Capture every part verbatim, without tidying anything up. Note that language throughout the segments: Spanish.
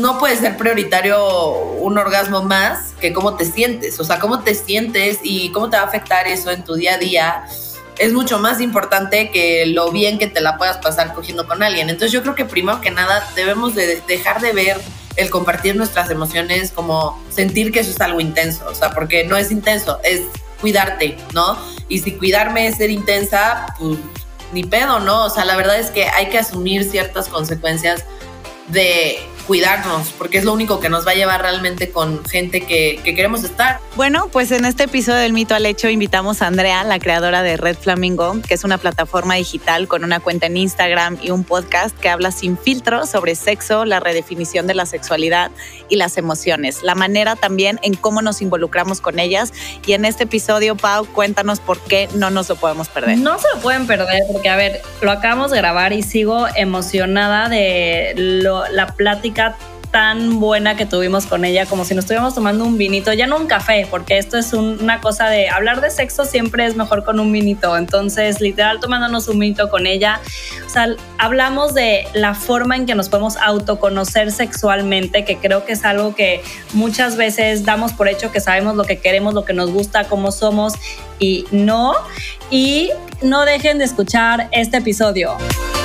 no puede ser prioritario un orgasmo más que cómo te sientes. O sea, cómo te sientes y cómo te va a afectar eso en tu día a día es mucho más importante que lo bien que te la puedas pasar cogiendo con alguien. Entonces yo creo que primero que nada debemos de dejar de ver el compartir nuestras emociones como sentir que eso es algo intenso. O sea, porque no es intenso, es cuidarte, ¿no? Y si cuidarme es ser intensa, pues ni pedo, ¿no? O sea, la verdad es que hay que asumir ciertas consecuencias de cuidarnos, porque es lo único que nos va a llevar realmente con gente que, que queremos estar. Bueno, pues en este episodio del Mito al Hecho invitamos a Andrea, la creadora de Red Flamingo, que es una plataforma digital con una cuenta en Instagram y un podcast que habla sin filtro sobre sexo, la redefinición de la sexualidad y las emociones, la manera también en cómo nos involucramos con ellas. Y en este episodio, Pau, cuéntanos por qué no nos lo podemos perder. No se lo pueden perder porque, a ver, lo acabamos de grabar y sigo emocionada de lo, la plática tan buena que tuvimos con ella, como si nos estuviéramos tomando un vinito, ya no un café, porque esto es un, una cosa de hablar de sexo siempre es mejor con un vinito. Entonces, literal, tomándonos un vinito con ella, o sea, hablamos de la forma en que nos podemos autoconocer sexualmente, que creo que es algo que muchas veces damos por hecho que sabemos lo que queremos, lo que nos gusta, cómo somos, y no. Y no dejen de escuchar este episodio.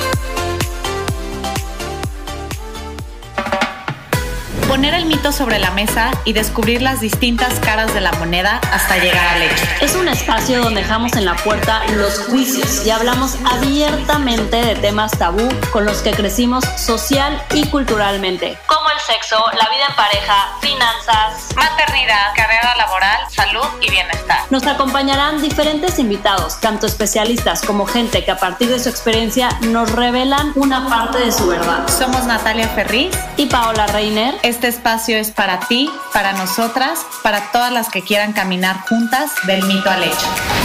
Poner el mito sobre la mesa y descubrir las distintas caras de la moneda hasta llegar al hecho. Es un espacio donde dejamos en la puerta los juicios y hablamos abiertamente de temas tabú con los que crecimos social y culturalmente, como el sexo, la vida en pareja, finanzas, maternidad, carrera laboral, salud y bienestar. Nos acompañarán diferentes invitados, tanto especialistas como gente que a partir de su experiencia nos revelan una parte de su verdad. Somos Natalia Ferriz y Paola Reiner. Este espacio es para ti, para nosotras, para todas las que quieran caminar juntas del mito al hecho.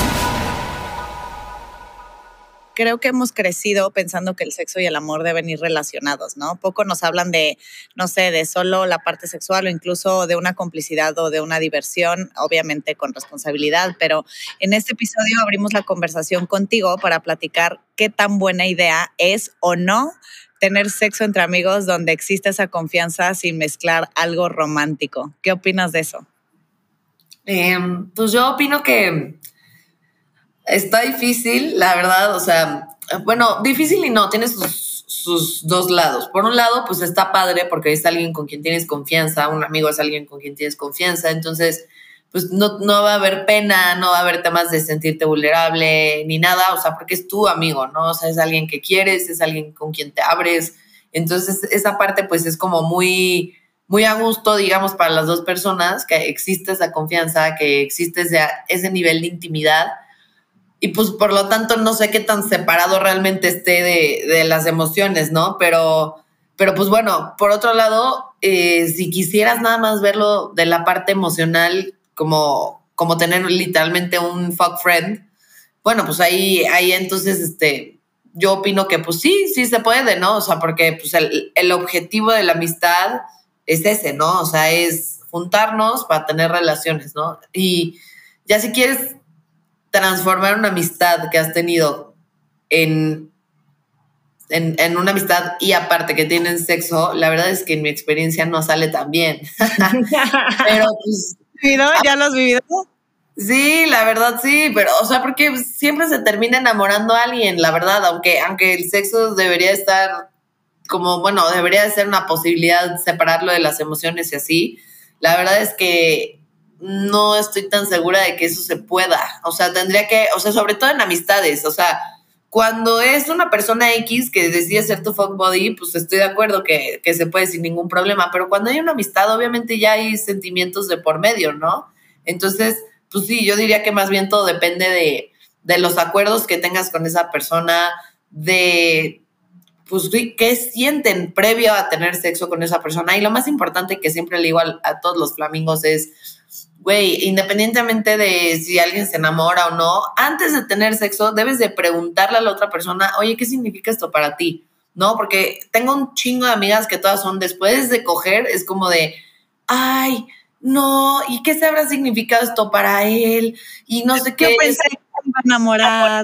Creo que hemos crecido pensando que el sexo y el amor deben ir relacionados, ¿no? Poco nos hablan de, no sé, de solo la parte sexual o incluso de una complicidad o de una diversión, obviamente con responsabilidad, pero en este episodio abrimos la conversación contigo para platicar qué tan buena idea es o no tener sexo entre amigos donde existe esa confianza sin mezclar algo romántico. ¿Qué opinas de eso? Eh, pues yo opino que está difícil, la verdad, o sea, bueno, difícil y no, tiene sus, sus dos lados. Por un lado, pues está padre porque es alguien con quien tienes confianza, un amigo es alguien con quien tienes confianza, entonces pues no, no va a haber pena, no va a haber temas de sentirte vulnerable ni nada, o sea, porque es tu amigo, ¿no? O sea, es alguien que quieres, es alguien con quien te abres, entonces esa parte pues es como muy, muy a gusto, digamos, para las dos personas, que existe esa confianza, que existe ese, ese nivel de intimidad. Y pues por lo tanto no sé qué tan separado realmente esté de, de las emociones, ¿no? Pero, pero pues bueno, por otro lado, eh, si quisieras nada más verlo de la parte emocional, como, como tener literalmente un fuck friend, bueno, pues ahí, ahí entonces este, yo opino que pues sí, sí se puede, ¿no? O sea, porque pues el, el objetivo de la amistad es ese, ¿no? O sea, es juntarnos para tener relaciones, ¿no? Y ya si quieres transformar una amistad que has tenido en, en, en una amistad y aparte que tienen sexo, la verdad es que en mi experiencia no sale tan bien. Pero pues... ¿Ya lo has vivido? Sí, la verdad sí, pero o sea, porque siempre se termina enamorando a alguien, la verdad, aunque, aunque el sexo debería estar como, bueno, debería de ser una posibilidad separarlo de las emociones y así, la verdad es que no estoy tan segura de que eso se pueda. O sea, tendría que, o sea, sobre todo en amistades, o sea, cuando es una persona X que decide ser tu fuck buddy, pues estoy de acuerdo que, que se puede sin ningún problema, pero cuando hay una amistad, obviamente ya hay sentimientos de por medio, ¿no? Entonces, pues sí, yo diría que más bien todo depende de, de los acuerdos que tengas con esa persona, de, pues sí, qué sienten previo a tener sexo con esa persona. Y lo más importante que siempre le digo a, a todos los flamingos es, güey, independientemente de si alguien se enamora o no, antes de tener sexo debes de preguntarle a la otra persona, oye, ¿qué significa esto para ti? ¿No? Porque tengo un chingo de amigas que todas son después de coger, es como de, ay, no, ¿y qué se habrá significado esto para él? Y no sé qué. Yo pensé que me iba a enamorar.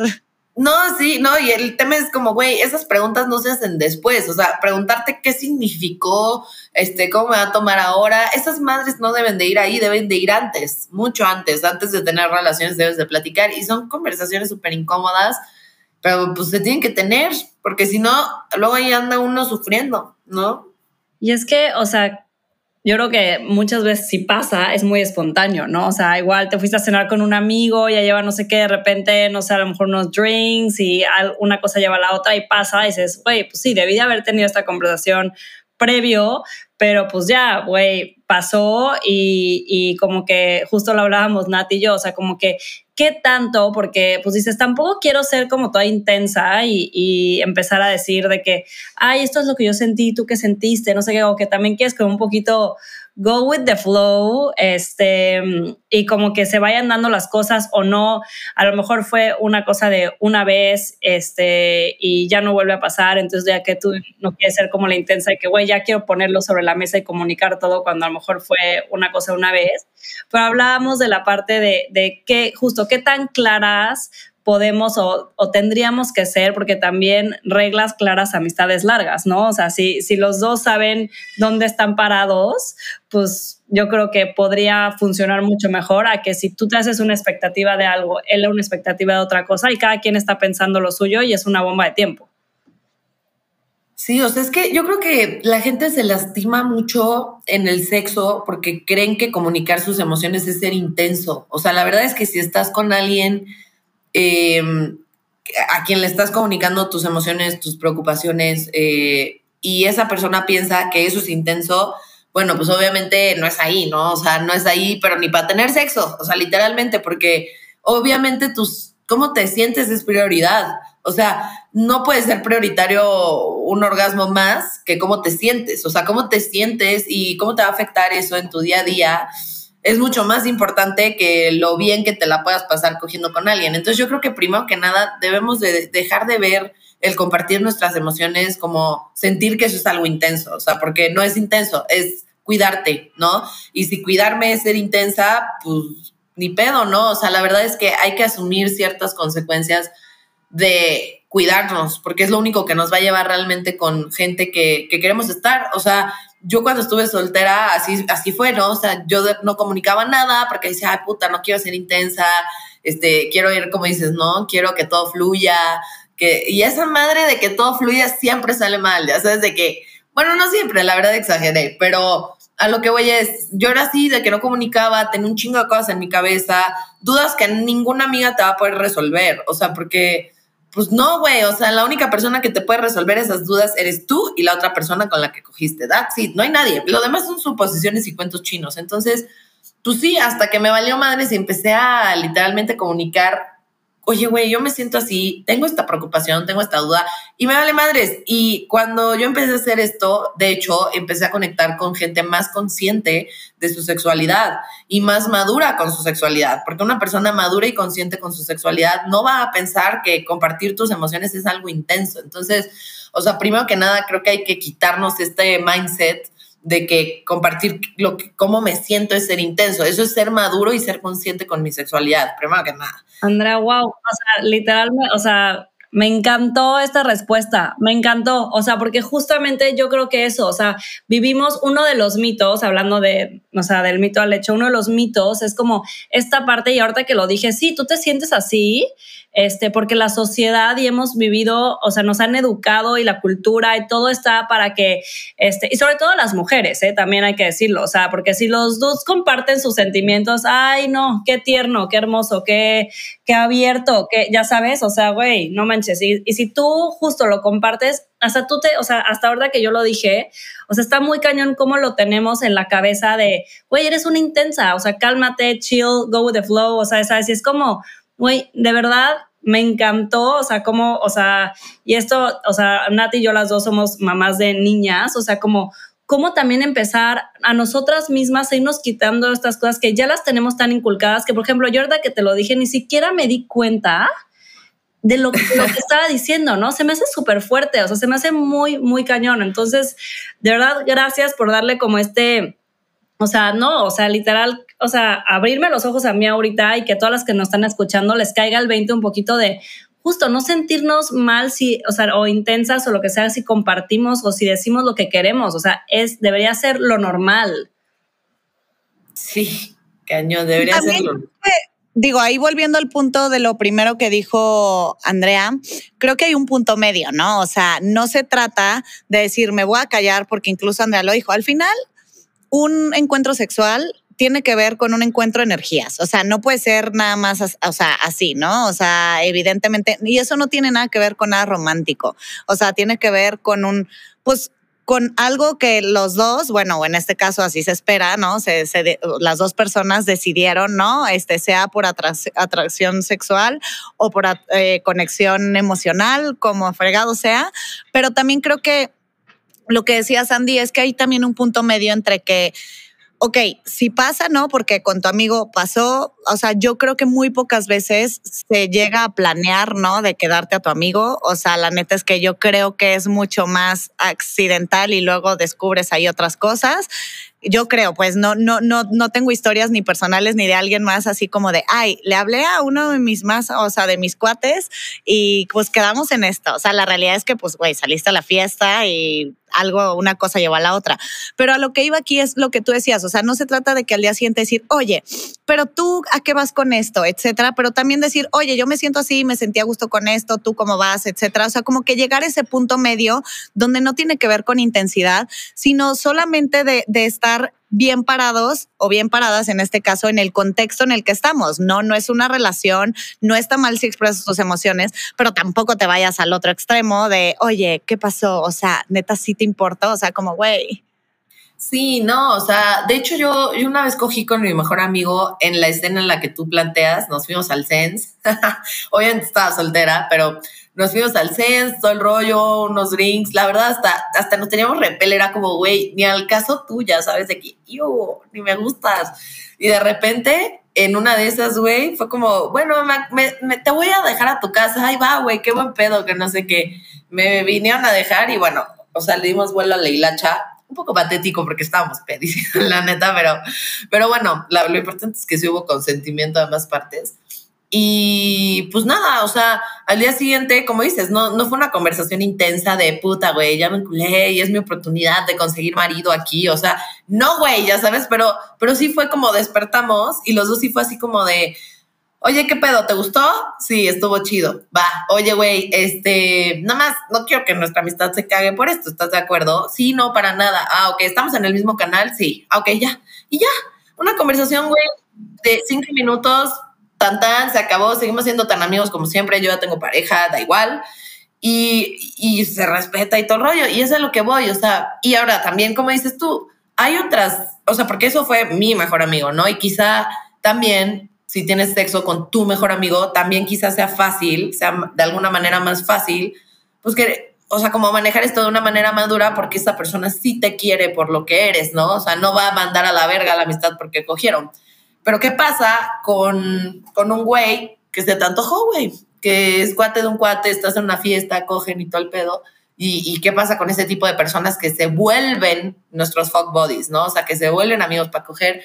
No, sí, no, y el tema es como, güey, esas preguntas no se hacen después, o sea, preguntarte qué significó, este, cómo me va a tomar ahora, esas madres no deben de ir ahí, deben de ir antes, mucho antes, antes de tener relaciones debes de platicar, y son conversaciones súper incómodas, pero pues se tienen que tener, porque si no, luego ahí anda uno sufriendo, ¿no? Y es que, o sea, yo creo que muchas veces si pasa, es muy espontáneo, ¿no? O sea, igual te fuiste a cenar con un amigo, ya lleva no sé qué, de repente, no sé, a lo mejor unos drinks y una cosa lleva a la otra y pasa y dices, güey, pues sí, debí de haber tenido esta conversación previo, pero pues ya, güey, pasó y, y como que justo lo hablábamos Nat y yo, o sea, como que ¿qué tanto? Porque pues dices, tampoco quiero ser como toda intensa y, y empezar a decir de que, ay, esto es lo que yo sentí, tú qué sentiste, no sé qué, o que también quieres como un poquito go with the flow, este, y como que se vayan dando las cosas o no, a lo mejor fue una cosa de una vez, este, y ya no vuelve a pasar, entonces ya que tú no quieres ser como la intensa de que, güey, ya quiero ponerlo sobre la mesa y comunicar todo cuando a lo mejor fue una cosa una vez, pero hablábamos de la parte de, de qué, justo, qué tan claras podemos o, o tendríamos que ser, porque también reglas claras, amistades largas, ¿no? O sea, si, si los dos saben dónde están parados, pues yo creo que podría funcionar mucho mejor a que si tú te haces una expectativa de algo, él una expectativa de otra cosa y cada quien está pensando lo suyo y es una bomba de tiempo. Sí, o sea, es que yo creo que la gente se lastima mucho en el sexo porque creen que comunicar sus emociones es ser intenso. O sea, la verdad es que si estás con alguien eh, a quien le estás comunicando tus emociones, tus preocupaciones, eh, y esa persona piensa que eso es intenso, bueno, pues obviamente no es ahí, ¿no? O sea, no es ahí, pero ni para tener sexo, o sea, literalmente, porque obviamente tus, cómo te sientes es prioridad. O sea, no puede ser prioritario un orgasmo más que cómo te sientes. O sea, cómo te sientes y cómo te va a afectar eso en tu día a día es mucho más importante que lo bien que te la puedas pasar cogiendo con alguien. Entonces yo creo que primero que nada debemos de dejar de ver el compartir nuestras emociones como sentir que eso es algo intenso. O sea, porque no es intenso, es cuidarte, ¿no? Y si cuidarme es ser intensa, pues ni pedo, ¿no? O sea, la verdad es que hay que asumir ciertas consecuencias de cuidarnos, porque es lo único que nos va a llevar realmente con gente que, que queremos estar. O sea, yo cuando estuve soltera, así, así fue, ¿no? O sea, yo de, no comunicaba nada porque decía, ay, puta, no quiero ser intensa, este, quiero ir, como dices, ¿no? Quiero que todo fluya, que, y esa madre de que todo fluya siempre sale mal, ya sabes, de que, bueno, no siempre, la verdad exageré, pero a lo que voy es, yo era así, de que no comunicaba, tenía un chingo de cosas en mi cabeza, dudas que ninguna amiga te va a poder resolver, o sea, porque pues no, güey, o sea, la única persona que te puede resolver esas dudas eres tú y la otra persona con la que cogiste. That's it, no hay nadie. Lo demás son suposiciones y cuentos chinos. Entonces, pues sí, hasta que me valió madres y empecé a literalmente comunicar, oye, güey, yo me siento así, tengo esta preocupación, tengo esta duda y me vale madres. Y cuando yo empecé a hacer esto, de hecho, empecé a conectar con gente más consciente de su sexualidad y más madura con su sexualidad, porque una persona madura y consciente con su sexualidad no va a pensar que compartir tus emociones es algo intenso. Entonces, o sea, primero que nada, creo que hay que quitarnos este mindset de que compartir lo que, cómo me siento es ser intenso. Eso es ser maduro y ser consciente con mi sexualidad, primero que nada. Andrea, wow, o sea, literalmente, o sea, me encantó esta respuesta, me encantó, o sea, porque justamente yo creo que eso, o sea, vivimos uno de los mitos, hablando de, o sea, del mito al hecho, uno de los mitos es como esta parte, y ahorita que lo dije, sí, tú te sientes así, este, porque la sociedad y hemos vivido, o sea, nos han educado y la cultura y todo está para que, este, y sobre todo las mujeres, ¿eh? También hay que decirlo, o sea, porque si los dos comparten sus sentimientos, ay, no, qué tierno, qué hermoso, qué, qué abierto, que ya sabes, o sea, güey, no manches, y, y si tú justo lo compartes, hasta tú te, o sea, hasta ahora que yo lo dije, o sea, está muy cañón cómo lo tenemos en la cabeza de, güey, eres una intensa, o sea, cálmate, chill, go with the flow, o sea, ¿sabes? Y es como, güey, de verdad me encantó, o sea, como, o sea, y esto, o sea, Nati y yo las dos somos mamás de niñas, o sea, como, cómo también empezar a nosotras mismas a irnos quitando estas cosas que ya las tenemos tan inculcadas, que por ejemplo, yo ahorita que te lo dije, ni siquiera me di cuenta de lo, de lo que estaba diciendo, ¿no? Se me hace súper fuerte, o sea, se me hace muy, muy cañón. Entonces, de verdad, gracias por darle como este... O sea, no, o sea, literal, o sea, abrirme los ojos a mí ahorita y que todas las que nos están escuchando les caiga el veinte un poquito de, justo no sentirnos mal si, o sea, o intensas o lo que sea, si compartimos o si decimos lo que queremos. O sea, es, debería ser lo normal. Sí, cañón, debería También, serlo. eh, digo, ahí volviendo al punto de lo primero que dijo Andrea, creo que hay un punto medio, ¿no? O sea, no se trata de decir me voy a callar, porque incluso Andrea lo dijo. Al final, un encuentro sexual tiene que ver con un encuentro de energías. O sea, no puede ser nada más, o sea, así, ¿no? O sea, evidentemente, y eso no tiene nada que ver con nada romántico. O sea, tiene que ver con un, pues, con algo que los dos, bueno, en este caso así se espera, ¿no? Se, se, las dos personas decidieron, ¿no? Este, sea por atrac- atracción sexual o por eh, conexión emocional, como fregado sea. Pero también creo que lo que decía Sandy es que hay también un punto medio entre que, ok, si pasa, ¿no? Porque con tu amigo pasó, o sea, yo creo que muy pocas veces se llega a planear, ¿no? De quedarte a tu amigo. O sea, la neta es que yo creo que es mucho más accidental y luego descubres ahí otras cosas. Yo creo, pues no, no, no, no tengo historias ni personales ni de alguien más así como de, ay, le hablé a uno de mis más, o sea, de mis cuates y pues quedamos en esto. O sea, la realidad es que pues, güey, saliste a la fiesta y algo, una cosa llevó a la otra. Pero a lo que iba aquí es lo que tú decías. O sea, no se trata de que al día siguiente decir, oye, pero tú, ¿a qué vas con esto? Etcétera. Pero también decir, oye, yo me siento así, me sentí a gusto con esto, tú cómo vas, etcétera. O sea, como que llegar a ese punto medio donde no tiene que ver con intensidad, sino solamente de, de estar bien parados o bien paradas, en este caso, en el contexto en el que estamos. No, no es una relación, no está mal si expresas tus emociones, pero tampoco te vayas al otro extremo de, oye, ¿qué pasó? O sea, neta, ¿sí te importa? O sea, como, güey. Sí, no, o sea, de hecho yo, yo una vez cogí con mi mejor amigo en la escena en la que tú planteas, nos fuimos al Sens, obviamente estaba soltera, pero nos fuimos al Sens, todo el rollo, unos drinks, la verdad hasta, hasta nos teníamos repel, era como, güey, ni al caso tuya, ¿sabes? De que, yo, ni me gustas. Y de repente, en una de esas, güey, fue como, bueno, me, me, te voy a dejar a tu casa, ay va, güey, qué buen pedo, que no sé qué. Me vinieron a dejar y bueno, o sea, le dimos vuelo a la hilacha. Un poco patético porque estábamos pedísimos, la neta, pero, pero bueno, la, lo importante es que sí hubo consentimiento de ambas partes. Y pues nada, o sea, al día siguiente, como dices, no, no fue una conversación intensa de puta, güey, ya me enculé y es mi oportunidad de conseguir marido aquí. O sea, no, güey, ya sabes, pero, pero sí fue como despertamos y los dos sí fue así como de, oye, ¿qué pedo? ¿Te gustó? Sí, estuvo chido. Va, oye, güey, este, nada más, no quiero que nuestra amistad se cague por esto, ¿estás de acuerdo? Sí, no, para nada. Ah, ok, ¿estamos en el mismo canal? Sí. Ah, ok, ya. Y ya, una conversación, güey, de cinco minutos, tan tan, se acabó, seguimos siendo tan amigos como siempre, yo ya tengo pareja, da igual. Y, y se respeta y todo el rollo. Y eso es a lo que voy, o sea, y ahora también, como dices tú, hay otras, o sea, porque eso fue mi mejor amigo, ¿no? Y quizá también si tienes sexo con tu mejor amigo, también quizás sea fácil, sea de alguna manera más fácil, pues que, o sea, como manejar esto de una manera madura porque esa persona sí te quiere por lo que eres, ¿no? O sea, no va a mandar a la verga la amistad porque cogieron. Pero ¿qué pasa con, con un güey que se te antojó, güey? Que es cuate de un cuate, estás en una fiesta, cogen y todo el pedo. ¿Y, y qué pasa con ese tipo de personas que se vuelven nuestros fuck buddies, ¿no? O sea, que se vuelven amigos para coger.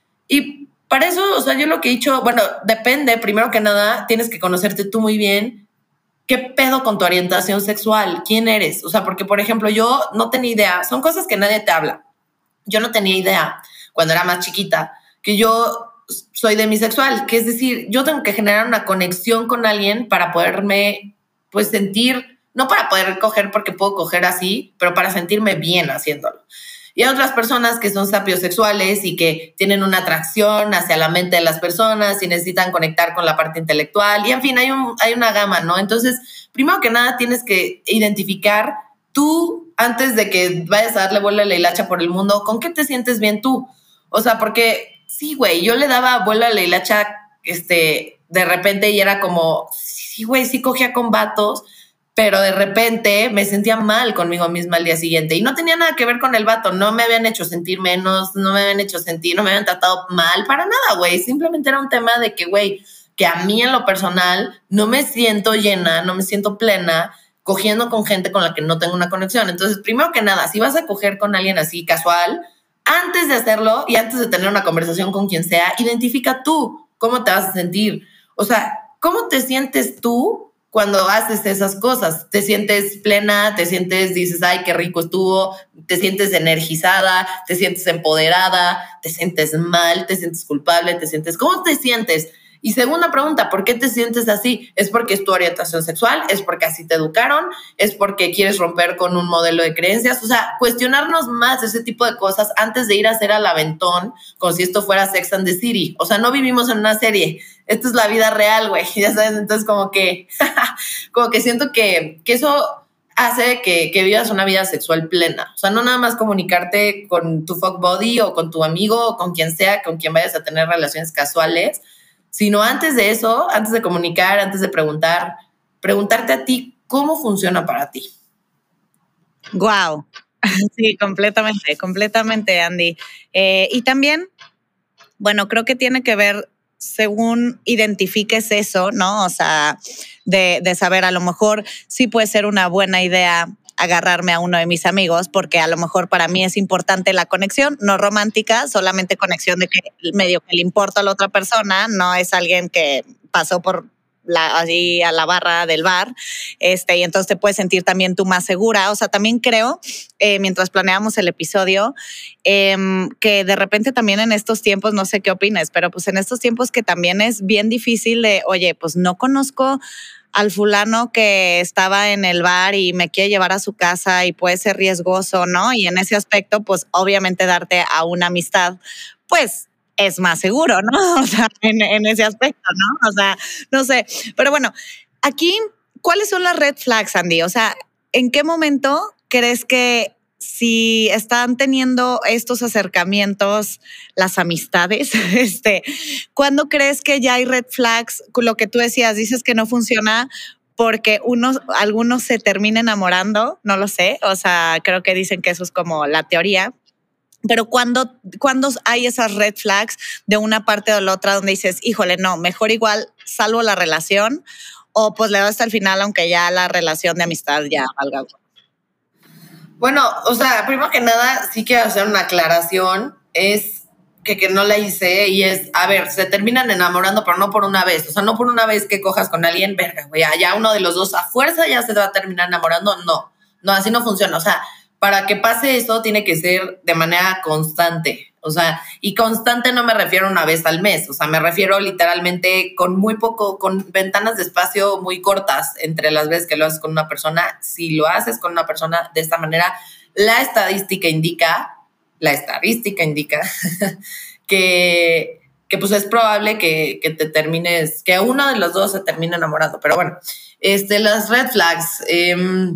Y para eso, o sea, yo lo que he dicho, bueno, depende, primero que nada, tienes que conocerte tú muy bien. ¿Qué pedo con tu orientación sexual? ¿Quién eres? O sea, porque, por ejemplo, yo no tenía idea, son cosas que nadie te habla. Yo no tenía idea, cuando era más chiquita, que yo soy demisexual, que es decir, yo tengo que generar una conexión con alguien para poderme, pues, sentir, no para poder coger porque puedo coger así, pero para sentirme bien haciéndolo. Y hay otras personas que son sapiosexuales y que tienen una atracción hacia la mente de las personas y necesitan conectar con la parte intelectual. Y en fin, hay, un, hay una gama, ¿no? Entonces, primero que nada, tienes que identificar tú, antes de que vayas a darle vuelo a la hilacha por el mundo, ¿con qué te sientes bien tú? O sea, porque sí, güey, yo le daba vuelo a la hilacha este, de repente y era como, sí, güey, sí cogía con vatos, pero de repente me sentía mal conmigo misma al día siguiente y no tenía nada que ver con el vato, no me habían hecho sentir menos, no me habían hecho sentir, no me habían tratado mal para nada, güey, simplemente era un tema de que, güey, que a mí en lo personal no me siento llena, no me siento plena cogiendo con gente con la que no tengo una conexión. Entonces, primero que nada, si vas a coger con alguien así casual, antes de hacerlo y antes de tener una conversación con quien sea, identifica tú cómo te vas a sentir, o sea, ¿cómo te sientes tú cuando haces esas cosas. Te sientes plena, te sientes, dices, ay, qué rico estuvo, te sientes energizada, te sientes empoderada, te sientes mal, te sientes culpable, te sientes... ¿Cómo te sientes? Y segunda pregunta, ¿por qué te sientes así? ¿Es porque es tu orientación sexual? ¿Es porque así te educaron? ¿Es porque quieres romper con un modelo de creencias? O sea, cuestionarnos más de ese tipo de cosas antes de ir a hacer al aventón, como si esto fuera Sex and the City. O sea, no vivimos en una serie. Esto es la vida real, güey. Ya sabes, entonces como que, como que siento que, que eso hace que, que vivas una vida sexual plena. O sea, no nada más comunicarte con tu fuck buddy o con tu amigo o con quien sea, con quien vayas a tener relaciones casuales, sino antes de eso, antes de comunicar, antes de preguntar, preguntarte a ti cómo funciona para ti. Wow. Sí, completamente, completamente, Andy. Eh, y también, bueno, creo que tiene que ver según identifiques eso, ¿no? O sea, de, de saber, a lo mejor sí puede ser una buena idea agarrarme a uno de mis amigos, porque a lo mejor para mí es importante la conexión, no romántica, solamente conexión de que medio que le importa a la otra persona, no es alguien que pasó por la, allí a la barra del bar, este, y entonces te puedes sentir también tú más segura. O sea, también creo, eh, mientras planeamos el episodio, eh, que de repente también en estos tiempos, no sé qué opines, pero pues en estos tiempos que también es bien difícil de, oye, pues no conozco al fulano que estaba en el bar y me quiere llevar a su casa y puede ser riesgoso, ¿no? Y en ese aspecto, pues obviamente darte a una amistad, pues es más seguro, ¿no? O sea, en, en ese aspecto, ¿no? O sea, no sé. Pero bueno, aquí, ¿cuáles son las red flags, Andy? O sea, ¿en qué momento crees que si están teniendo estos acercamientos las amistades, este, ¿cuándo crees que ya hay red flags? Lo que tú decías, dices que no funciona porque unos, algunos se termina enamorando, no lo sé, o sea, creo que dicen que eso es como la teoría. Pero cuando, cuando hay esas red flags de una parte o la otra donde dices, híjole, no, mejor igual salvo la relación, o pues le doy hasta el final aunque ya la relación de amistad ya valga. Bueno, o sea, primero que nada, sí quiero hacer una aclaración, es que, que no la hice y es, a ver, se terminan enamorando, pero no por una vez, o sea, no por una vez que cojas con alguien, verga, güey, ya uno de los dos a fuerza ya se va a terminar enamorando, no, no, así no funciona, o sea, para que pase eso tiene que ser de manera constante, o sea, y constante no me refiero a una vez al mes, o sea, me refiero literalmente con muy poco, con ventanas de espacio muy cortas entre las veces que lo haces con una persona. Si lo haces con una persona de esta manera, la estadística indica, la estadística indica que, que pues es probable que, que te termines, que uno de los dos se termine enamorando, pero bueno, este, las red flags, eh,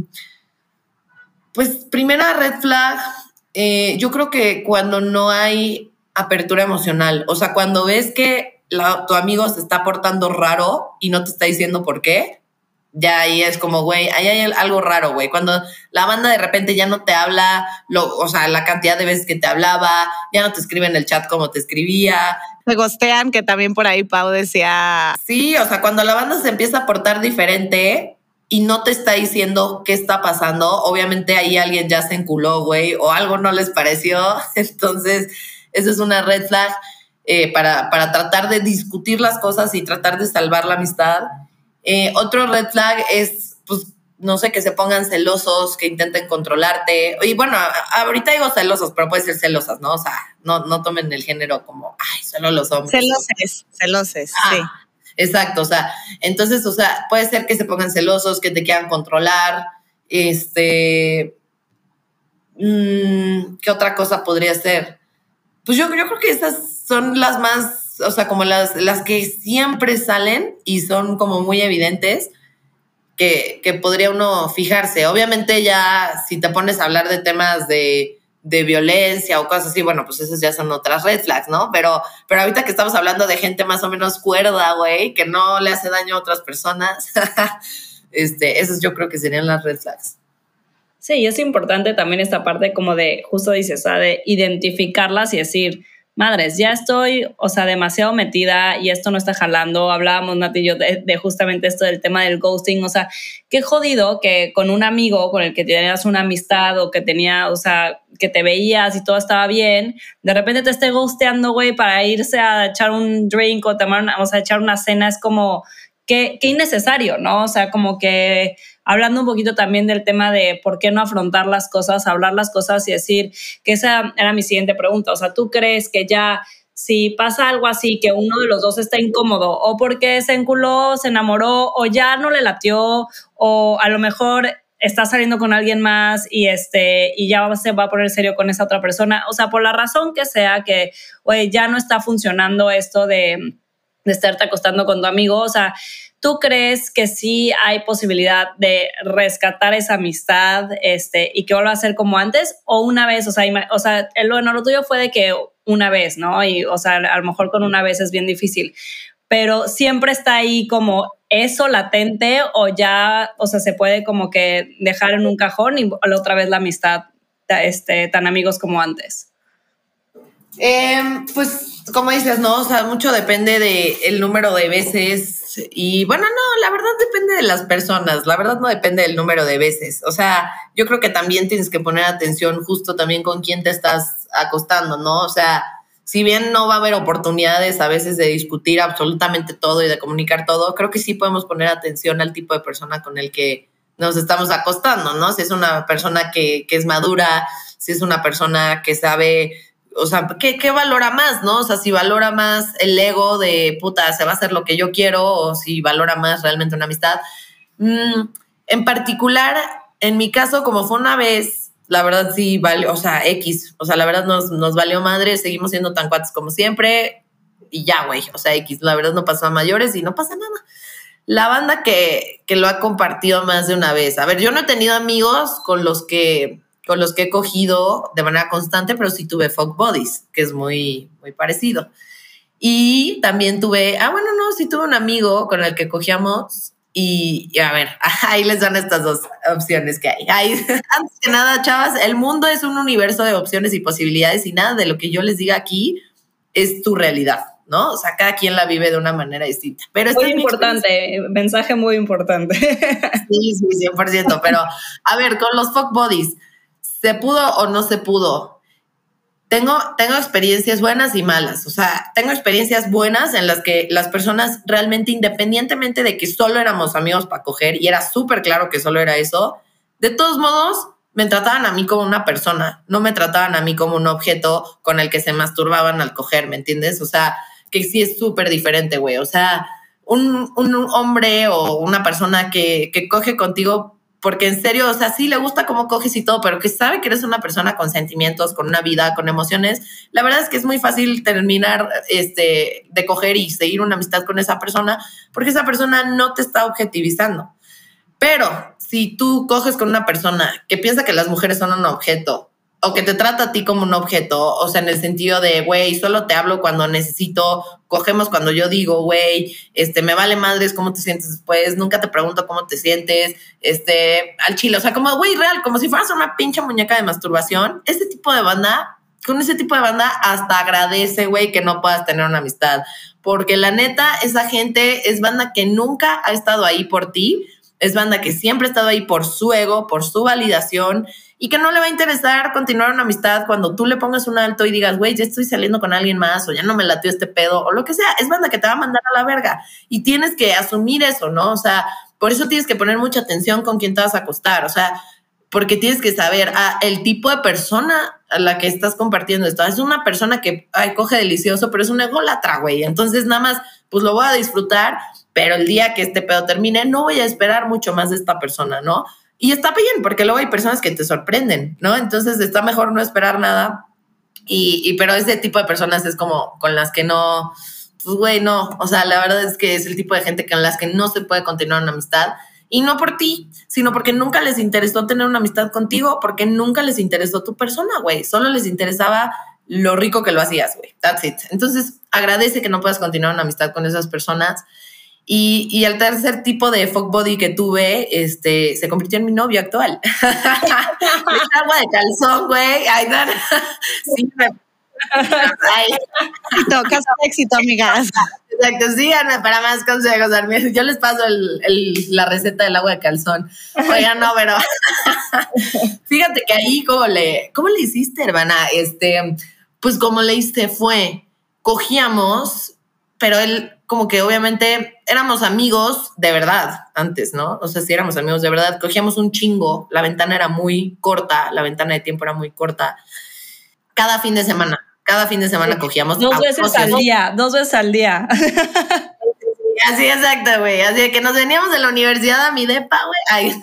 pues primera red flag, eh, yo creo que cuando no hay apertura emocional, o sea, cuando ves que la, tu amigo se está portando raro y no te está diciendo por qué, ya ahí es como, güey, ahí hay algo raro, güey. Cuando la banda de repente ya no te habla, lo, o sea, la cantidad de veces que te hablaba, ya no te escribe en el chat como te escribía. Se gostean, que también por ahí Pau decía. Sí, o sea, cuando la banda se empieza a portar diferente y no te está diciendo qué está pasando, obviamente ahí alguien ya se enculó, güey, o algo no les pareció. Entonces, esa es una red flag eh, para, para tratar de discutir las cosas y tratar de salvar la amistad. Eh, otro red flag es, pues, no sé, que se pongan celosos, que intenten controlarte. Y bueno, ahorita digo celosos, pero puede ser celosas, ¿no? O sea, no, no tomen el género como, ay, solo los hombres. Celoses, celoses, ah, sí. Exacto, o sea, entonces, o sea, puede ser que se pongan celosos, que te quieran controlar, este, mmm, ¿qué otra cosa podría ser? Pues yo, yo creo que esas son las más, o sea, como las, las que siempre salen y son como muy evidentes que, que podría uno fijarse. Obviamente ya si te pones a hablar de temas de, de violencia o cosas así, bueno, pues esas ya son otras red flags, ¿no? Pero, pero ahorita que estamos hablando de gente más o menos cuerda, güey, que no le hace daño a otras personas, este, esas yo creo que serían las red flags. Sí, y es importante también esta parte como de, justo dices, o sea, de identificarlas y decir, madres, ya estoy, o sea, demasiado metida y esto no está jalando. Hablábamos, Nati y yo, de, de justamente esto del tema del ghosting. O sea, qué jodido que con un amigo con el que tenías una amistad o que tenía, o sea, que te veías y todo estaba bien, de repente te esté ghosteando, güey, para irse a echar un drink o tomar una, o sea, echar una cena. Es como, qué, qué innecesario, ¿no? O sea, como que hablando un poquito también del tema de por qué no afrontar las cosas, hablar las cosas y decir que esa era mi siguiente pregunta. O sea, ¿tú crees que ya si pasa algo así, que uno de los dos está incómodo o porque se enculó, se enamoró o ya no le latió o a lo mejor está saliendo con alguien más y, este, y ya se va a poner serio con esa otra persona? O sea, por la razón que sea, que oye, ya no está funcionando esto de, de estarte acostando con tu amigo. O sea, ¿tú crees que sí hay posibilidad de rescatar esa amistad este, y que vuelva a ser como antes? O una vez, o sea, ima- o sea el, bueno, lo tuyo fue de que una vez, ¿no? Y, o sea, a lo mejor con una vez es bien difícil, pero siempre está ahí como eso latente o ya, o sea, se puede como que dejar en un cajón y la otra vez la amistad este, tan amigos como antes. Eh, pues, como dices, ¿no? O sea, mucho depende del número de veces y, bueno, no, la verdad depende de las personas, la verdad no depende del número de veces. O sea, yo creo que también tienes que poner atención justo también con quién te estás acostando, ¿no? O sea, si bien no va a haber oportunidades a veces de discutir absolutamente todo y de comunicar todo, creo que sí podemos poner atención al tipo de persona con el que nos estamos acostando, ¿no? Si es una persona que, que es madura, si es una persona que sabe, o sea, ¿qué, qué valora más, no? O sea, si valora más el ego de, puta, se va a hacer lo que yo quiero, o si valora más realmente una amistad. Mm, en particular, en mi caso, como fue una vez, la verdad sí valió, o sea, X, o sea, la verdad nos, nos valió madre, seguimos siendo tan cuates como siempre y ya, güey, o sea, X, la verdad no pasó a mayores y no pasa nada. La banda que, que lo ha compartido más de una vez, a ver, yo no he tenido amigos con los que, con los que he cogido de manera constante, pero sí tuve fuck buddies, que es muy, muy parecido. Y también tuve, ah, bueno, no, sí tuve un amigo con el que cogíamos. Y, y a ver, ahí les dan estas dos opciones que hay. Ahí, antes que nada, chavas, el mundo es un universo de opciones y posibilidades y nada de lo que yo les diga aquí es tu realidad, ¿no? O sea, cada quien la vive de una manera distinta. Pero muy importante, mensaje muy importante. Sí, sí, cien por ciento. Pero, a ver, con los fuck buddies, ¿se pudo o no se pudo? Tengo, tengo experiencias buenas y malas. O sea, tengo experiencias buenas en las que las personas realmente, independientemente de que solo éramos amigos para coger, y era súper claro que solo era eso, de todos modos me trataban a mí como una persona, no me trataban a mí como un objeto con el que se masturbaban al coger, ¿me entiendes? O sea, que sí es súper diferente, güey. O sea, un, un hombre o una persona que, que coge contigo porque en serio, o sea, sí le gusta cómo coges y todo, pero que sabe que eres una persona con sentimientos, con una vida, con emociones, la verdad es que es muy fácil terminar este, de coger y seguir una amistad con esa persona porque esa persona no te está objetivizando. Pero si tú coges con una persona que piensa que las mujeres son un objeto o que te trata a ti como un objeto, o sea, en el sentido de, güey, solo te hablo cuando necesito, cogemos cuando yo digo, güey, este, me vale madres cómo te sientes después, nunca te pregunto cómo te sientes, este, al chile, o sea, como, güey, real, como si fueras una pinche muñeca de masturbación. Este tipo de banda, con ese tipo de banda, hasta agradece, güey, que no puedas tener una amistad, porque la neta, esa gente es banda que nunca ha estado ahí por ti, es banda que siempre ha estado ahí por su ego, por su validación, y que no le va a interesar continuar una amistad cuando tú le pongas un alto y digas, güey, ya estoy saliendo con alguien más o ya no me latió este pedo o lo que sea. Es banda que te va a mandar a la verga y tienes que asumir eso, ¿no? O sea, por eso tienes que poner mucha atención con quién te vas a acostar, o sea, porque tienes que saber, ah, el tipo de persona a la que estás compartiendo esto. Es una persona que, ay, coge delicioso, pero es un ególatra, güey. Entonces nada más, pues lo voy a disfrutar, pero el día que este pedo termine, no voy a esperar mucho más de esta persona, ¿no? Y está bien, porque luego hay personas que te sorprenden, ¿no? Entonces está mejor no esperar nada. Y, y pero ese tipo de personas es como con las que no, pues güey, no. O sea, la verdad es que es el tipo de gente con las que no se puede continuar una amistad. Y no por ti, sino porque nunca les interesó tener una amistad contigo, porque nunca les interesó tu persona, güey. Solo les interesaba lo rico que lo hacías, güey. That's it. Entonces, agradece que no puedas continuar una amistad con esas personas. Y, y el tercer tipo de fuck buddy que tuve, este, se convirtió en mi novio actual. Es agua de calzón, güey. Ay, no, no. Sí, me... Ay. Éxito, caso de éxito, amigas. Exacto, síganme para más consejos. Yo les paso el, el, la receta del agua de calzón. Oigan, no, pero fíjate que ahí, ¿cómo le, cómo le hiciste, hermana? Este, pues como le hice fue, cogíamos, pero él como que obviamente éramos amigos de verdad antes, ¿no? O sea, sí éramos amigos de verdad, cogíamos un chingo, la ventana era muy corta, la ventana de tiempo era muy corta. Cada fin de semana, cada fin de semana cogíamos. Dos veces al día, dos veces al día. Así, exacto, güey. Así de que nos veníamos de la universidad a mi depa, güey. Ay,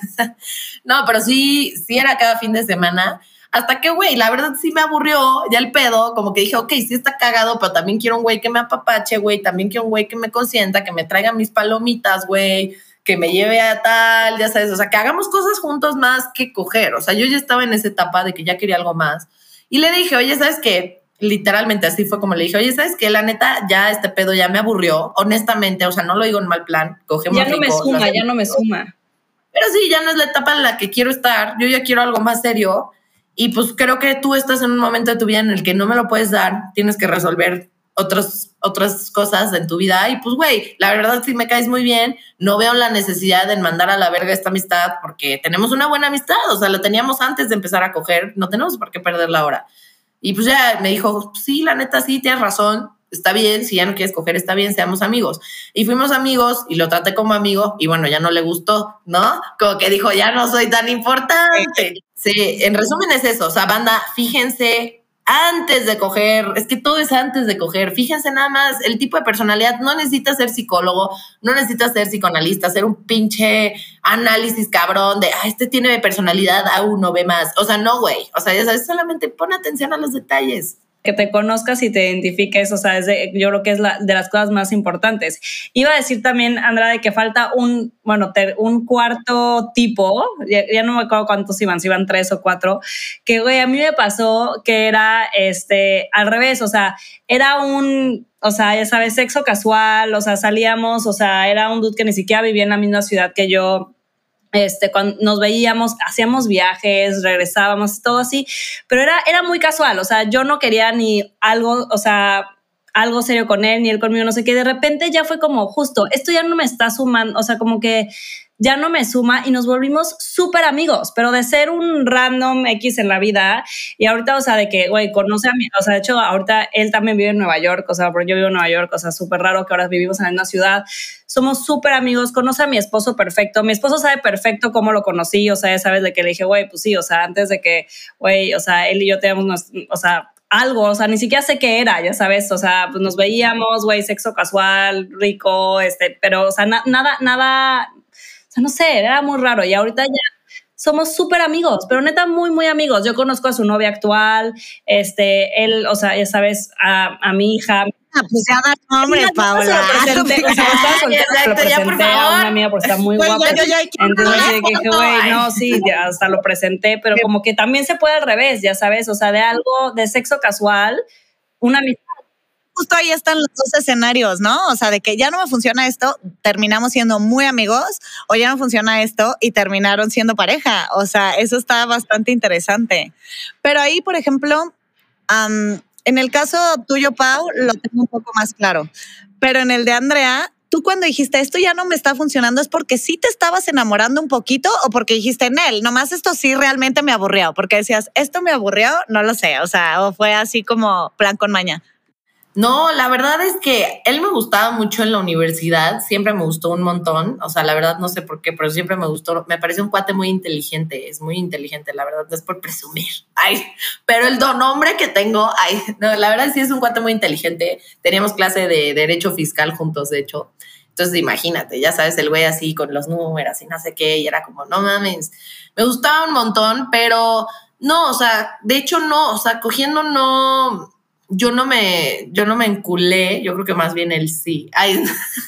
no, pero sí, sí era cada fin de semana. Hasta que, güey, la verdad sí me aburrió ya el pedo. Como que dije, ok, sí está cagado, pero también quiero un güey que me apapache, güey. También quiero un güey que me consienta, que me traiga mis palomitas, güey. Que me lleve a tal, ya sabes. O sea, que hagamos cosas juntos más que coger. O sea, yo ya estaba en esa etapa de que ya quería algo más. Y le dije, oye, ¿sabes qué? Literalmente así fue como le dije, oye, ¿sabes qué? La neta, ya este pedo ya me aburrió, honestamente, o sea, no lo digo en mal plan, cogemos ya no rico, me suma, ya no me suma. Pero sí, ya no es la etapa en la que quiero estar, yo ya quiero algo más serio y pues creo que tú estás en un momento de tu vida en el que no me lo puedes dar, tienes que resolver otros, otras cosas en tu vida y pues, güey, la verdad sí me caes muy bien, no veo la necesidad de mandar a la verga esta amistad porque tenemos una buena amistad, o sea, la teníamos antes de empezar a coger, no tenemos por qué perderla ahora. Y pues ya me dijo, sí, la neta, sí, tienes razón, está bien, si ya no quieres coger, está bien, seamos amigos. Y fuimos amigos y lo traté como amigo y bueno, ya no le gustó, ¿no? Como que dijo, ya no soy tan importante. Sí, en resumen es eso, o sea, banda, fíjense antes de coger, es que todo es antes de coger, fíjense nada más, el tipo de personalidad, no necesitas ser psicólogo, no necesitas ser psicoanalista, hacer un pinche análisis cabrón de, ah, este tiene personalidad A uno, B más, o sea, no, güey, o sea, ya sabes, solamente pon atención a los detalles. Que te conozcas y te identifiques, o sea, es de, yo creo que es la, de las cosas más importantes. Iba a decir también, Andra, de que falta un, bueno, ter, un cuarto tipo, ya, ya no me acuerdo cuántos iban, si iban tres o cuatro, que, güey, a mí me pasó que era, este, al revés, o sea, era un, o sea, ya sabes, sexo casual, o sea, salíamos, o sea, era un dude que ni siquiera vivía en la misma ciudad que yo. Este, cuando nos veíamos, hacíamos viajes, regresábamos, todo así, pero era, era muy casual, o sea, yo no quería ni algo, o sea, algo serio con él, ni él conmigo, no sé qué, de repente ya fue como, justo, esto ya no me está sumando, o sea, como que ya no me suma y nos volvimos súper amigos, pero de ser un random X en la vida y ahorita, o sea, de que, güey, conoce a mí, o sea, de hecho, ahorita él también vive en Nueva York, o sea, porque yo vivo en Nueva York, o sea, súper raro que ahora vivimos en una ciudad, somos súper amigos, conoce a mi esposo perfecto, mi esposo sabe perfecto cómo lo conocí, o sea, ya sabes, de que le dije, güey, pues sí, o sea, antes de que, güey, o sea, él y yo teníamos, o sea, algo, o sea, ni siquiera sé qué era, ya sabes, o sea, pues nos veíamos, güey, sexo casual, rico, este, pero, o sea, na- nada, nada, o sea, no sé, era muy raro y ahorita ya somos súper amigos, pero neta muy, muy amigos. Yo conozco a su novia actual, este, él, o sea, ya sabes, a, a mi hija. Ah, pues ya da nombre, Paola. Se lo presenté, o sea, estaba soltera, se lo presenté a una amiga porque está muy guapa. Yo, yo, yo, Entonces dije, güey, no, sí, ya hasta lo presenté, pero como que también se puede al revés, ya sabes, o sea, de algo de sexo casual, una amistad. Justo ahí están los dos escenarios, ¿no? O sea, de que ya no me funciona esto, terminamos siendo muy amigos, o ya no funciona esto y terminaron siendo pareja. O sea, eso está bastante interesante. Pero ahí, por ejemplo, um, en el caso tuyo, Pau, lo tengo un poco más claro. Pero en el de Andrea, tú cuando dijiste esto ya no me está funcionando, ¿es porque sí te estabas enamorando un poquito o porque dijiste en él, nomás esto sí realmente me aburrió? Porque decías, esto me aburrió, no lo sé. O sea, o fue así como plan con maña. No, la verdad es que él me gustaba mucho en la universidad, siempre me gustó un montón, o sea, la verdad no sé por qué, pero siempre me gustó, me parece un cuate muy inteligente, es muy inteligente, la verdad, no es por presumir, ay, pero el don hombre que tengo, ay, no, la verdad sí es un cuate muy inteligente, teníamos clase de derecho fiscal juntos, de hecho, entonces imagínate, ya sabes, el güey así con los números y no sé qué, y era como, no mames, me gustaba un montón, pero no, o sea, de hecho no, o sea, cogiendo no... Yo no me, yo no me enculé, yo creo que más bien él sí. Ay,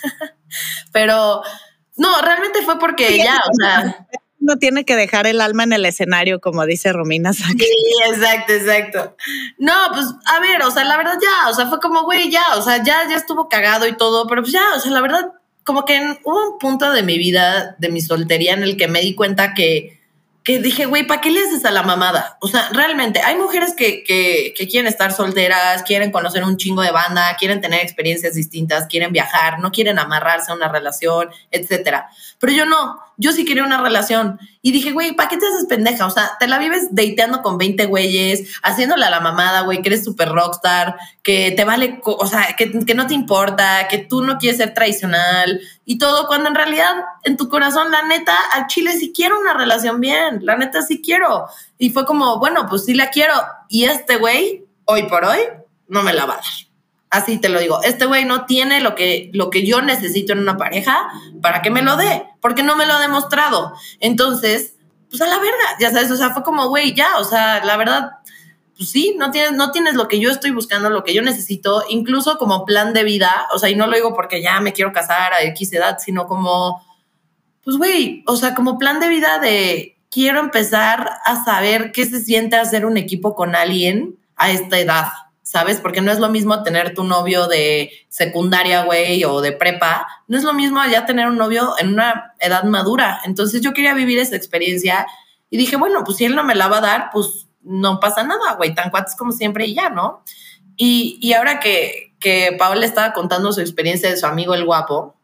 pero no, realmente fue porque sí, ya, o sea. Uno tiene que dejar el alma en el escenario, como dice Romina Sacchi. Sí, exacto, exacto. No, pues, a ver, o sea, la verdad ya, o sea, fue como, güey, ya, o sea, ya, ya estuvo cagado y todo, pero pues ya, o sea, la verdad, como que hubo un punto de mi vida, de mi soltería, en el que me di cuenta que que dije, güey, ¿para qué le haces a la mamada? O sea, realmente, hay mujeres que, que, que quieren estar solteras, quieren conocer un chingo de banda, quieren tener experiencias distintas, quieren viajar, no quieren amarrarse a una relación, etcétera. Pero yo no, yo sí quería una relación. Y dije, güey, ¿para qué te haces pendeja? O sea, te la vives dateando con veinte güeyes, haciéndole a la mamada, güey, que eres súper rockstar, que te vale, o sea, que, que no te importa, que tú no quieres ser tradicional y todo, cuando en realidad en tu corazón, la neta, al chile sí quiero una relación bien, la neta sí quiero. Y fue como, bueno, pues sí la quiero. Y este güey, hoy por hoy, no me la va a dar. Así te lo digo, este güey no tiene lo que, lo que yo necesito en una pareja para que me lo dé, porque no me lo ha demostrado. Entonces, pues a la verga, ya sabes, o sea, fue como, güey, ya, o sea, la verdad, pues sí, no tienes, no tienes lo que yo estoy buscando, lo que yo necesito, incluso como plan de vida, o sea, y no lo digo porque ya me quiero casar a X edad, sino como, pues güey, o sea, como plan de vida de quiero empezar a saber qué se siente hacer un equipo con alguien a esta edad, ¿sabes? Porque no es lo mismo tener tu novio de secundaria, güey, o de prepa. No es lo mismo ya tener un novio en una edad madura. Entonces yo quería vivir esa experiencia y dije, bueno, pues si él no me la va a dar, pues no pasa nada, güey, tan cuates como siempre y ya, ¿no? Y, y ahora que, que Paola estaba contando su experiencia de su amigo el guapo,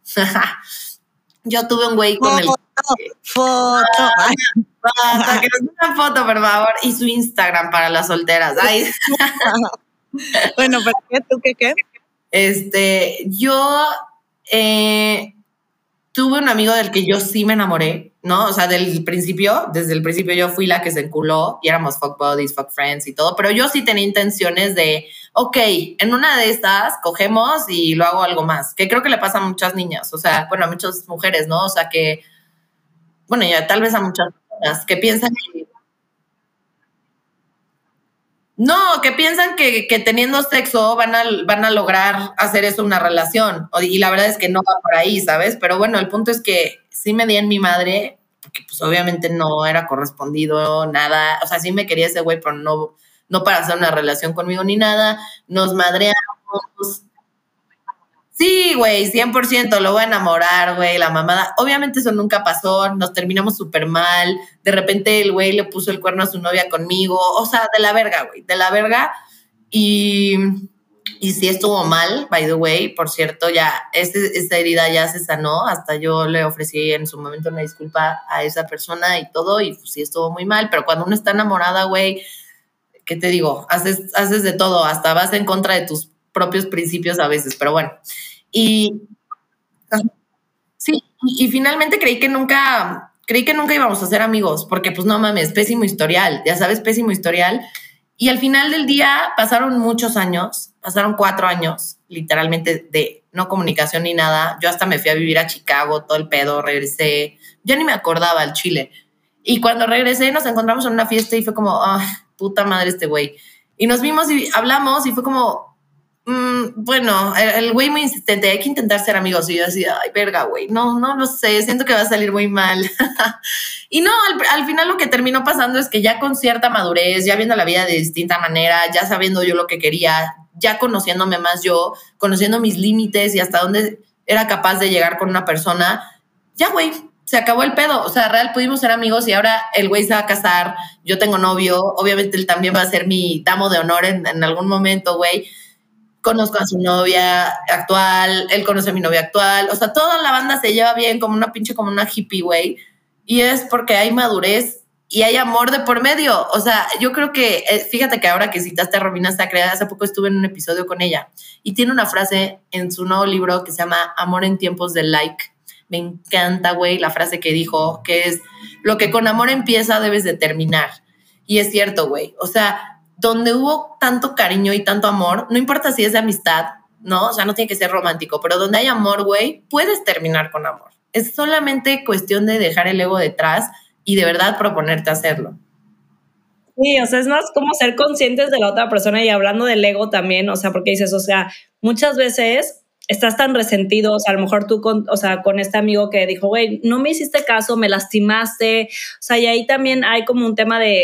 yo tuve un güey con foto, el... Foto, Ay, foto, que nos una foto, por favor, y su Instagram para las solteras. Ay. Bueno, pero ¿qué? ¿Tú qué qué? Este, yo eh, tuve un amigo del que yo sí me enamoré, ¿no? O sea, del principio, desde el principio yo fui la que se enculó y éramos fuck buddies, fuck friends y todo, pero yo sí tenía intenciones de, ok, en una de estas cogemos y lo hago algo más, que creo que le pasa a muchas niñas, o sea, bueno, a muchas mujeres, ¿no? O sea, que, bueno, ya tal vez a muchas personas que piensan que No, que piensan que, que teniendo sexo van a, van a lograr hacer eso una relación. Y la verdad es que no va por ahí, ¿sabes? Pero bueno, el punto es que sí me di en mi madre, porque pues obviamente no era correspondido nada. O sea, sí me quería ese güey, pero no, no para hacer una relación conmigo ni nada. Nos madreamos. Sí, güey, cien por ciento lo voy a enamorar, güey, la mamada. Obviamente eso nunca pasó, nos terminamos súper mal. De repente el güey le puso el cuerno a su novia conmigo. O sea, de la verga, güey, de la verga. Y, y sí estuvo mal, by the way. Por cierto, ya ese, esa herida ya se sanó. Hasta yo le ofrecí en su momento una disculpa a esa persona y todo. Y pues sí estuvo muy mal. Pero cuando uno está enamorada, güey, ¿qué te digo? Haces, haces de todo. Hasta vas en contra de tus propios principios a veces. Pero bueno. Y sí, y, y finalmente creí que nunca, creí que nunca íbamos a ser amigos, porque pues no mames, pésimo historial, ya sabes, pésimo historial. Y al final del día pasaron muchos años, pasaron cuatro años, literalmente, de no comunicación ni nada. Yo hasta me fui a vivir a Chicago, todo el pedo, regresé, ya ni me acordaba al Chile. Y cuando regresé nos encontramos en una fiesta y fue como, ah, puta madre este güey. Y nos vimos y hablamos y fue como, Mm, bueno, el güey muy insistente, hay que intentar ser amigos. Y yo así, ay, verga, güey, no, no lo sé, siento que va a salir muy mal. Y no, al, al final lo que terminó pasando es que ya con cierta madurez, ya viendo la vida de distinta manera, ya sabiendo yo lo que quería, ya conociéndome más yo, conociendo mis límites y hasta dónde era capaz de llegar con una persona, ya, güey, se acabó el pedo. O sea, real, pudimos ser amigos y ahora el güey se va a casar, yo tengo novio, obviamente él también va a ser mi damo de honor en, en algún momento, güey. Conozco a su novia actual, él conoce a mi novia actual, o sea, toda la banda se lleva bien como una pinche, como una hippie, güey, y es porque hay madurez y hay amor de por medio. O sea, yo creo que, eh, fíjate que ahora que citaste a Romina Sacre, hace poco estuve en un episodio con ella y tiene una frase en su nuevo libro que se llama Amor en tiempos de like. Me encanta, güey, la frase que dijo, que es, lo que con amor empieza debes de terminar. Y es cierto, güey, o sea, donde hubo tanto cariño y tanto amor, no importa si es de amistad, ¿no? O sea, no tiene que ser romántico, pero donde hay amor, güey, puedes terminar con amor. Es solamente cuestión de dejar el ego detrás y de verdad proponerte hacerlo. Sí, o sea, es más como ser conscientes de la otra persona y hablando del ego también, o sea, porque dices, o sea, muchas veces estás tan resentido, o sea, a lo mejor tú con, o sea, con este amigo que dijo, güey, no me hiciste caso, me lastimaste, o sea, y ahí también hay como un tema de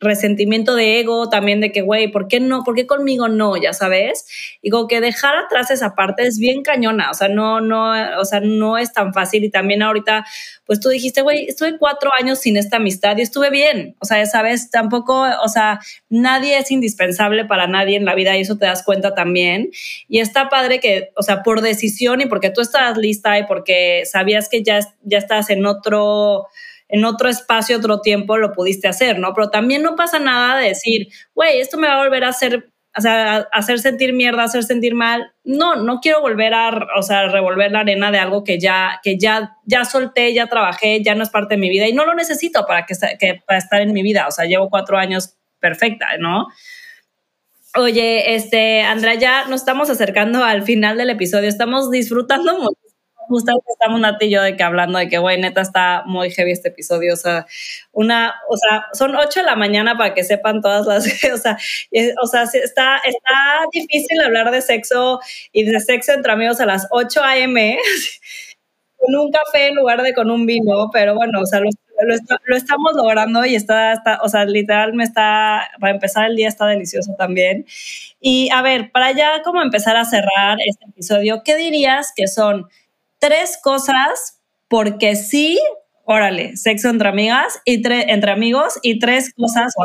resentimiento de ego también de que, güey, ¿por qué no? ¿Por qué conmigo no? Ya sabes. Y como que dejar atrás esa parte es bien cañona. O sea, no, no, o sea, no es tan fácil. Y también ahorita, pues tú dijiste, güey, estuve cuatro años sin esta amistad y estuve bien. O sea, ya sabes, tampoco, o sea, nadie es indispensable para nadie en la vida y eso te das cuenta también. Y está padre que, o sea, por decisión y porque tú estabas lista y porque sabías que ya, ya estás en otro... en otro espacio, otro tiempo, lo pudiste hacer, ¿no? Pero también no pasa nada de decir, güey, esto me va a volver a hacer, o sea, a hacer sentir mierda, hacer sentir mal. No, no quiero volver a, o sea, revolver la arena de algo que ya, que ya, ya solté, ya trabajé, ya no es parte de mi vida y no lo necesito para, que, que, para estar en mi vida. O sea, llevo cuatro años perfecta, ¿no? Oye, este, Andrea, ya nos estamos acercando al final del episodio. Estamos disfrutando mucho. Justo estamos Nati y yo de que hablando de que, güey, neta está muy heavy este episodio, o sea, una, o sea, son ocho de la mañana para que sepan todas las, o sea, es, o sea, está, está difícil hablar de sexo y de sexo entre amigos a las ocho a eme con un café en lugar de con un vino, pero bueno, o sea, lo, lo, lo estamos logrando y está, está, o sea, literal me está, para empezar el día está delicioso también. Y a ver, para ya como empezar a cerrar este episodio, ¿qué dirías que son tres cosas porque sí, órale, sexo entre amigas y tre- entre amigos y tres cosas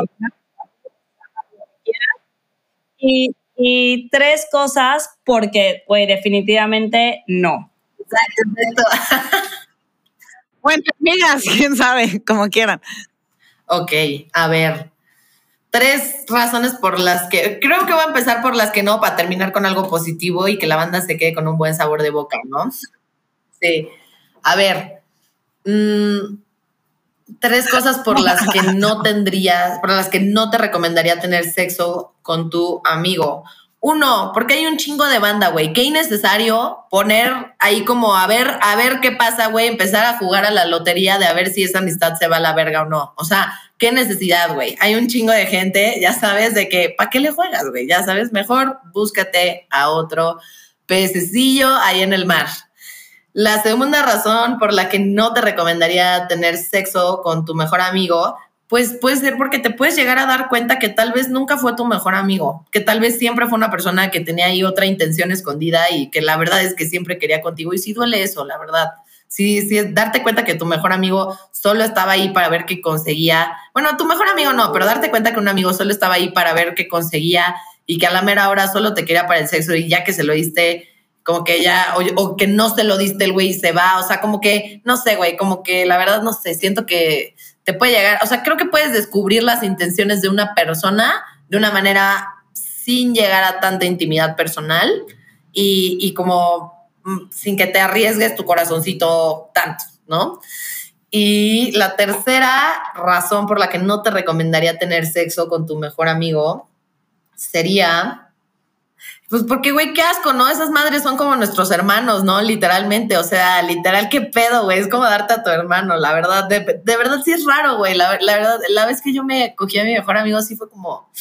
y, y tres cosas porque, güey, definitivamente no. Exacto, exacto. Bueno, amigas, quién sabe, como quieran. Ok, a ver. Tres razones por las que, creo que voy a empezar por las que no, para terminar con algo positivo y que la banda se quede con un buen sabor de boca, ¿no? Sí. A ver, mmm, tres cosas por las que no tendrías, por las que no te recomendaría tener sexo con tu amigo. Uno, porque hay un chingo de banda, güey. Qué innecesario poner ahí como a ver, a ver qué pasa, güey. Empezar a jugar a la lotería de a ver si esa amistad se va a la verga o no. O sea, qué necesidad, güey. Hay un chingo de gente, ya sabes, de que, ¿para qué le juegas, güey? Ya sabes, mejor búscate a otro pececillo ahí en el mar. La segunda razón por la que no te recomendaría tener sexo con tu mejor amigo, pues puede ser porque te puedes llegar a dar cuenta que tal vez nunca fue tu mejor amigo, que tal vez siempre fue una persona que tenía ahí otra intención escondida y que la verdad es que siempre quería contigo. Y sí duele eso, la verdad. Sí, sí, es darte cuenta que tu mejor amigo solo estaba ahí para ver qué conseguía. Bueno, tu mejor amigo no, pero darte cuenta que un amigo solo estaba ahí para ver qué conseguía y que a la mera hora solo te quería para el sexo y ya que se lo diste, como que ya, o, o que no se lo diste el güey y se va, o sea, como que, no sé, güey, como que la verdad no sé, siento que te puede llegar, o sea, creo que puedes descubrir las intenciones de una persona de una manera sin llegar a tanta intimidad personal y, y como sin que te arriesgues tu corazoncito tanto, ¿no? Y la tercera razón por la que no te recomendaría tener sexo con tu mejor amigo sería... Pues porque, güey, qué asco, ¿no? Esas madres son como nuestros hermanos, ¿no? Literalmente, o sea, literal, qué pedo, güey. Es como darte a tu hermano, la verdad. De, de verdad sí es raro, güey. La, la verdad, la vez que yo me cogí a mi mejor amigo sí fue como...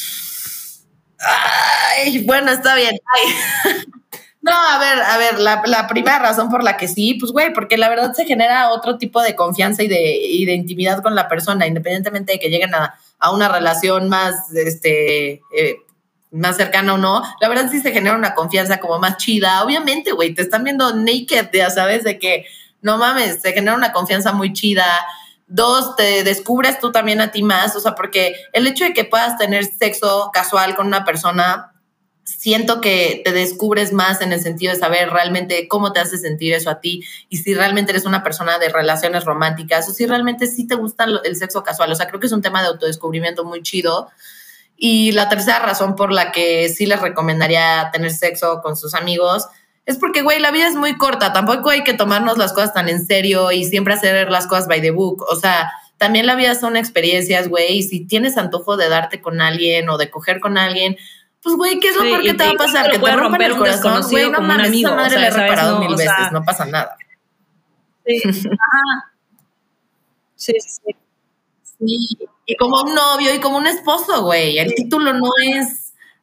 Ay, bueno, está bien. Ay. No, a ver, a ver, la, la primera razón por la que sí, pues, güey, porque la verdad se genera otro tipo de confianza y de, y de intimidad con la persona, independientemente de que lleguen a, a una relación más, este... Eh, más cercana o no, la verdad sí se genera una confianza como más chida. Obviamente, güey, te están viendo naked, ya sabes, de que no mames, se genera una confianza muy chida. Dos, te descubres tú también a ti más, o sea, porque el hecho de que puedas tener sexo casual con una persona, siento que te descubres más en el sentido de saber realmente cómo te hace sentir eso a ti y si realmente eres una persona de relaciones románticas o si realmente sí te gusta el sexo casual. O sea, creo que es un tema de autodescubrimiento muy chido. Y la tercera razón por la que sí les recomendaría tener sexo con sus amigos es porque, güey, la vida es muy corta. Tampoco hay que tomarnos las cosas tan en serio y siempre hacer las cosas by the book. O sea, también la vida son experiencias, güey. Y si tienes antojo de darte con alguien o de coger con alguien, pues, güey, ¿qué es lo sí, peor que te va a pasar? Que te rompan el corazón, güey. No mames, esa madre o sea, la he reparado no, mil veces. Sea, no pasa nada. Sí, ajá. Sí, sí. Sí. Y como un novio y como un esposo, güey. El título no es,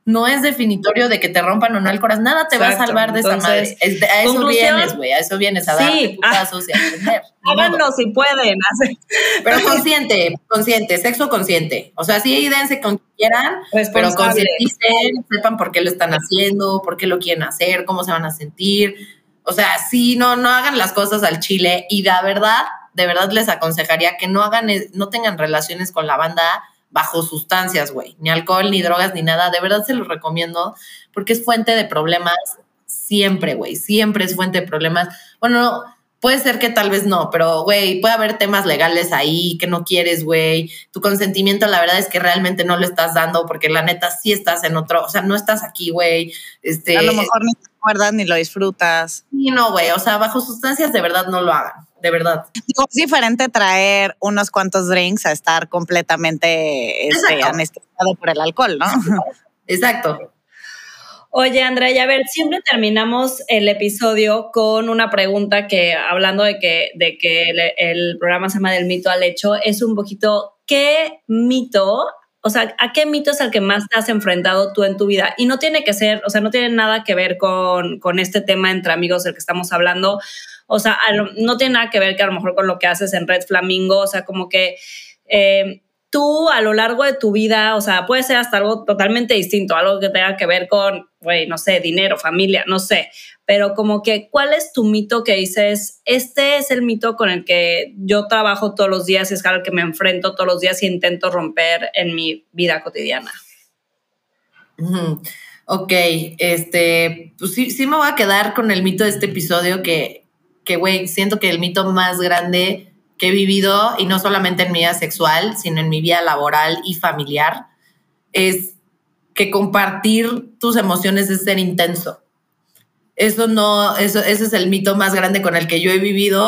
no es definitorio de que te rompan o no el corazón. Nada te Exacto. va a salvar de Entonces, esa madre. A eso vienes, güey. A eso vienes, a sí, darte putazos ah, y a aprender. Háganlo si pueden. Pero consciente, consciente, sexo consciente. O sea, sí, dense con quien quieran, pero concienticen, sepan por qué lo están haciendo, por qué lo quieren hacer, cómo se van a sentir. O sea, sí, no, no hagan las cosas al chile. Y de verdad, de verdad les aconsejaría que no hagan, no tengan relaciones con la banda bajo sustancias, güey, ni alcohol, ni drogas, ni nada. De verdad se los recomiendo porque es fuente de problemas siempre, güey, siempre es fuente de problemas. Bueno, puede ser que tal vez no, pero, güey, puede haber temas legales ahí que no quieres, güey. Tu consentimiento, la verdad es que realmente no lo estás dando porque la neta sí estás en otro, o sea, no estás aquí, güey. Este, a lo mejor ni te acuerdas ni lo disfrutas. Sí, no, güey, o sea, bajo sustancias de verdad no lo hagan. De verdad. Es diferente traer unos cuantos drinks a estar completamente este, anestesiado por el alcohol, ¿no? Exacto. Oye, Andrea, y a ver, siempre terminamos el episodio con una pregunta que, hablando de que, de que el, el programa se llama Del mito al hecho, es un poquito, ¿qué mito, o sea, a qué mito es el que más te has enfrentado tú en tu vida? Y no tiene que ser, o sea, no tiene nada que ver con, con este tema entre amigos del que estamos hablando. O sea, no tiene nada que ver que a lo mejor con lo que haces en Red Flamingo, o sea, como que eh, tú a lo largo de tu vida, o sea, puede ser hasta algo totalmente distinto, algo que tenga que ver con, güey, no sé, dinero, familia, no sé, pero como que, ¿cuál es tu mito que dices, este es el mito con el que yo trabajo todos los días, es algo que me enfrento todos los días e intento romper en mi vida cotidiana? Uh-huh. Ok, este, pues sí, sí me voy a quedar con el mito de este episodio que que, güey, siento que el mito más grande que he vivido, y no solamente en mi vida sexual, sino en mi vida laboral y familiar, es que compartir tus emociones es ser intenso. Eso no, eso, ese es el mito más grande con el que yo he vivido.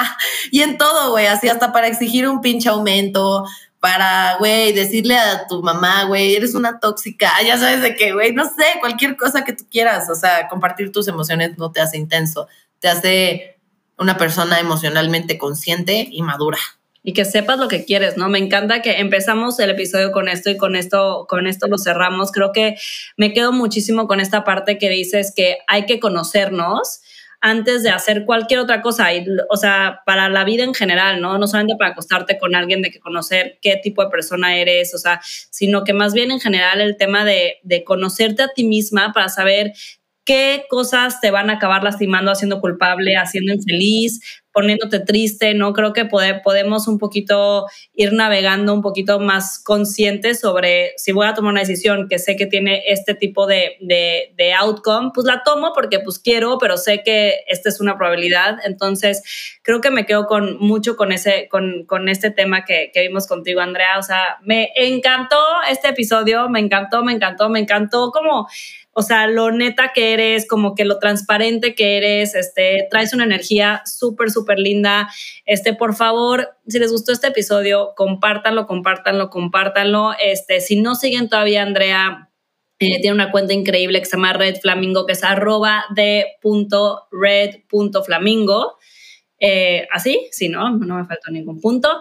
Y en todo, güey, así hasta para exigir un pinche aumento, para, güey, decirle a tu mamá, güey, eres una tóxica, ya sabes de qué, güey, no sé, cualquier cosa que tú quieras. O sea, compartir tus emociones no te hace intenso, te hace una persona emocionalmente consciente y madura. Y que sepas lo que quieres, ¿no? Me encanta que empezamos el episodio con esto y con esto, con esto lo cerramos. Creo que me quedo muchísimo con esta parte que dices que hay que conocernos antes de hacer cualquier otra cosa. Y, o sea, para la vida en general, ¿no? No solamente para acostarte con alguien, de que conocer qué tipo de persona eres, o sea, sino que más bien en general el tema de, de conocerte a ti misma para saber qué cosas te van a acabar lastimando, haciendo culpable, haciendo infeliz, poniéndote triste, ¿no? Creo que poder, podemos un poquito ir navegando un poquito más conscientes sobre si voy a tomar una decisión que sé que tiene este tipo de, de, de outcome, pues la tomo porque pues quiero, pero sé que esta es una probabilidad. Entonces, creo que me quedo con mucho con ese, con, con este tema que, que vimos contigo, Andrea. O sea, me encantó este episodio, me encantó, me encantó, me encantó como... O sea, lo neta que eres, como que lo transparente que eres, este, traes una energía súper, súper linda. Este, por favor, si les gustó este episodio, compártanlo, compártanlo, compártanlo. Este, si no siguen todavía, Andrea, eh, tiene una cuenta increíble que se llama Red Flamingo, que es arroba de punto red punto flamingo. Eh, así, sí, no, no me faltó ningún punto.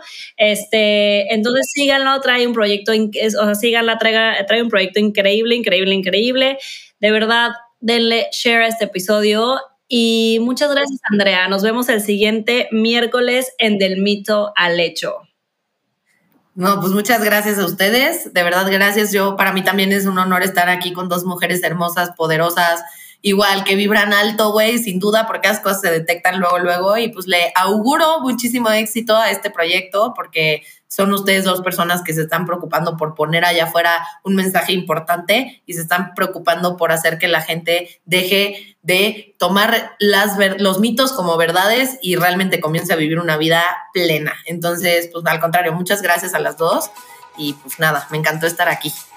Este, entonces síganlo, trae un proyecto, o sea, síganla, trae, trae un proyecto increíble, increíble, increíble. De verdad, denle share a este episodio y muchas gracias, Andrea. Nos vemos el siguiente miércoles en Del Mito al Hecho. No, pues muchas gracias a ustedes, de verdad, gracias. Yo, para mí también es un honor estar aquí con dos mujeres hermosas, poderosas, igual que vibran alto, güey, sin duda, porque las cosas se detectan luego, luego, y pues le auguro muchísimo éxito a este proyecto, porque son ustedes dos personas que se están preocupando por poner allá afuera un mensaje importante y se están preocupando por hacer que la gente deje de tomar las ver- los mitos como verdades y realmente comience a vivir una vida plena. Entonces, pues al contrario, muchas gracias a las dos y pues nada, me encantó estar aquí.